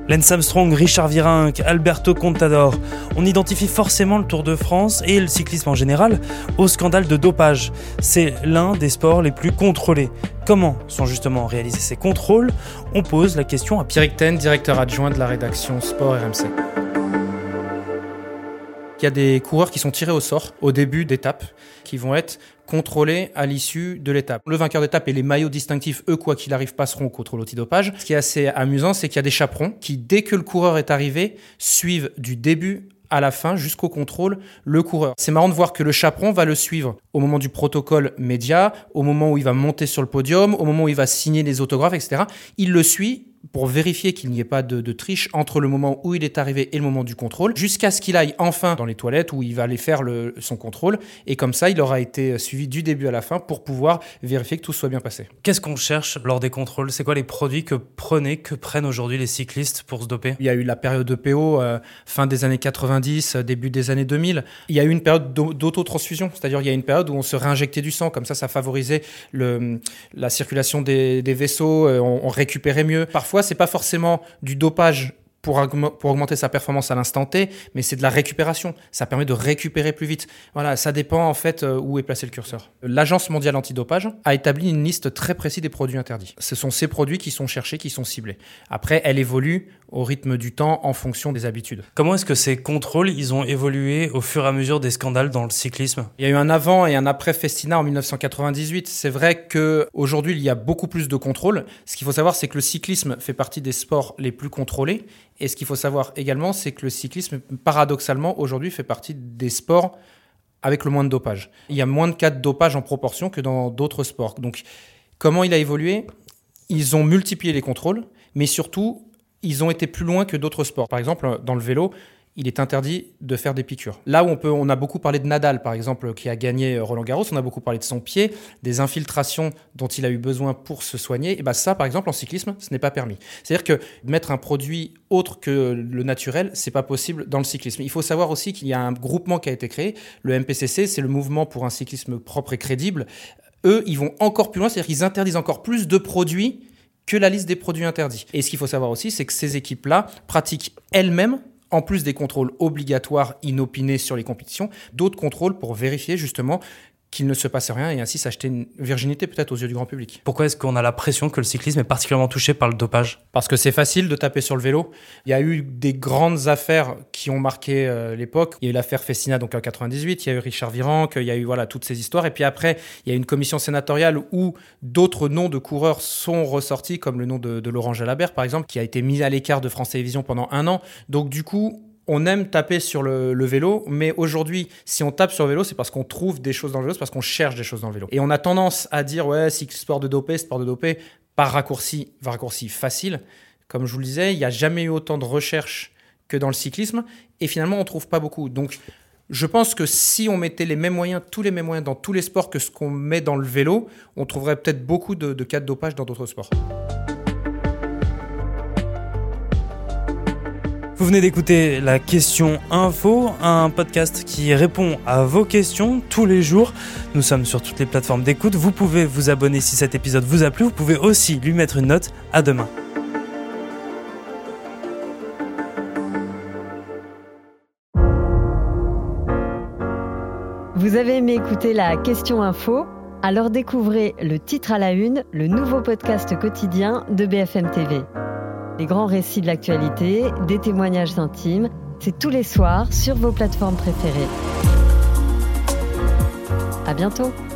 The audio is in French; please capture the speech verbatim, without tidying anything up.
Lance Armstrong, Richard Virenque, Alberto Contador. On identifie forcément le Tour de France et le cyclisme en général au scandale de dopage. C'est l'un des sports les plus contrôlés. Comment sont justement réalisés ces contrôles ? On pose la question à Pierrick Ten, directeur adjoint de la rédaction Sport R M C. Il y a des coureurs qui sont tirés au sort au début d'étape, qui vont être contrôlés à l'issue de l'étape. Le vainqueur d'étape et les maillots distinctifs, eux, quoi qu'il arrive, passeront au contrôle antidopage. Ce qui est assez amusant, c'est qu'il y a des chaperons qui, dès que le coureur est arrivé, suivent du début à la fin, jusqu'au contrôle, le coureur. C'est marrant de voir que le chaperon va le suivre au moment du protocole média, au moment où il va monter sur le podium, au moment où il va signer les autographes, et cetera. Il le suit pour vérifier qu'il n'y ait pas de, de triche entre le moment où il est arrivé et le moment du contrôle, jusqu'à ce qu'il aille enfin dans les toilettes où il va aller faire le, son contrôle. Et comme ça, il aura été suivi du début à la fin pour pouvoir vérifier que tout soit bien passé. Qu'est-ce qu'on cherche lors des contrôles ? C'est quoi les produits que prenaient, que prennent aujourd'hui les cyclistes pour se doper ? Il y a eu la période de P O, euh, fin des années quatre-vingt-dix, début des années deux mille. Il y a eu une période d'autotransfusion, c'est-à-dire il y a une période où on se réinjectait du sang. Comme ça, ça favorisait le, la circulation des, des vaisseaux, on, on récupérait mieux. Parfois, c'est pas forcément du dopage pour, pour augmenter sa performance à l'instant T, mais c'est de la récupération. Ça permet de récupérer plus vite. Voilà, ça dépend en fait où est placé le curseur. L'Agence mondiale antidopage a établi une liste très précise des produits interdits. Ce sont ces produits qui sont cherchés, qui sont ciblés. Après, elle évolue au rythme du temps en fonction des habitudes. Comment est-ce que ces contrôles, ils ont évolué au fur et à mesure des scandales dans le cyclisme ? Il y a eu un avant et un après Festina en dix-neuf cent quatre-vingt-dix-huit. C'est vrai qu'aujourd'hui, il y a beaucoup plus de contrôles. Ce qu'il faut savoir, c'est que le cyclisme fait partie des sports les plus contrôlés. Et ce qu'il faut savoir également, c'est que le cyclisme, paradoxalement, aujourd'hui, fait partie des sports avec le moins de dopage. Il y a moins de cas de dopage en proportion que dans d'autres sports. Donc, comment il a évolué ? Ils ont multiplié les contrôles, mais surtout, ils ont été plus loin que d'autres sports. Par exemple, dans le vélo, il est interdit de faire des piqûres. Là où on peut, on a beaucoup parlé de Nadal, par exemple, qui a gagné Roland-Garros, on a beaucoup parlé de son pied, des infiltrations dont il a eu besoin pour se soigner. Et ben ça, par exemple, en cyclisme, ce n'est pas permis. C'est-à-dire que mettre un produit autre que le naturel, c'est pas possible dans le cyclisme. Il faut savoir aussi qu'il y a un groupement qui a été créé, le M P C C, c'est le mouvement pour un cyclisme propre et crédible. Eux, ils vont encore plus loin, c'est-à-dire qu'ils interdisent encore plus de produits que la liste des produits interdits. Et ce qu'il faut savoir aussi, c'est que ces équipes-là pratiquent elles-mêmes, en plus des contrôles obligatoires inopinés sur les compétitions, d'autres contrôles pour vérifier justement qu'il ne se passe rien et ainsi s'acheter une virginité peut-être aux yeux du grand public. Pourquoi est-ce qu'on a la pression que le cyclisme est particulièrement touché par le dopage ? Parce que c'est facile de taper sur le vélo. Il y a eu des grandes affaires qui ont marqué euh, l'époque. Il y a eu l'affaire Festina donc en quatre-vingt-dix-huit, il y a eu Richard Virenque, il y a eu voilà, toutes ces histoires. Et puis après, il y a eu une commission sénatoriale où d'autres noms de coureurs sont ressortis, comme le nom de, de Laurent Jalabert par exemple, qui a été mis à l'écart de France Télévisions pendant un an. Donc du coup, on aime taper sur le, le vélo, mais aujourd'hui, si on tape sur le vélo, c'est parce qu'on trouve des choses dans le vélo, c'est parce qu'on cherche des choses dans le vélo. Et on a tendance à dire, ouais, si sport de dopé, sport de dopé, par raccourci, par raccourci facile. Comme je vous le disais, il n'y a jamais eu autant de recherches que dans le cyclisme, et finalement, on ne trouve pas beaucoup. Donc, je pense que si on mettait les mêmes moyens, tous les mêmes moyens dans tous les sports que ce qu'on met dans le vélo, on trouverait peut-être beaucoup de, de cas de dopage dans d'autres sports. Vous venez d'écouter la Question Info, un podcast qui répond à vos questions tous les jours. Nous sommes sur toutes les plateformes d'écoute. Vous pouvez vous abonner si cet épisode vous a plu. Vous pouvez aussi lui mettre une note. À demain. Vous avez aimé écouter la Question Info ? Alors découvrez Le Titre à la Une, le nouveau podcast quotidien de B F M T V. Les grands récits de l'actualité, des témoignages intimes, c'est tous les soirs sur vos plateformes préférées. À bientôt.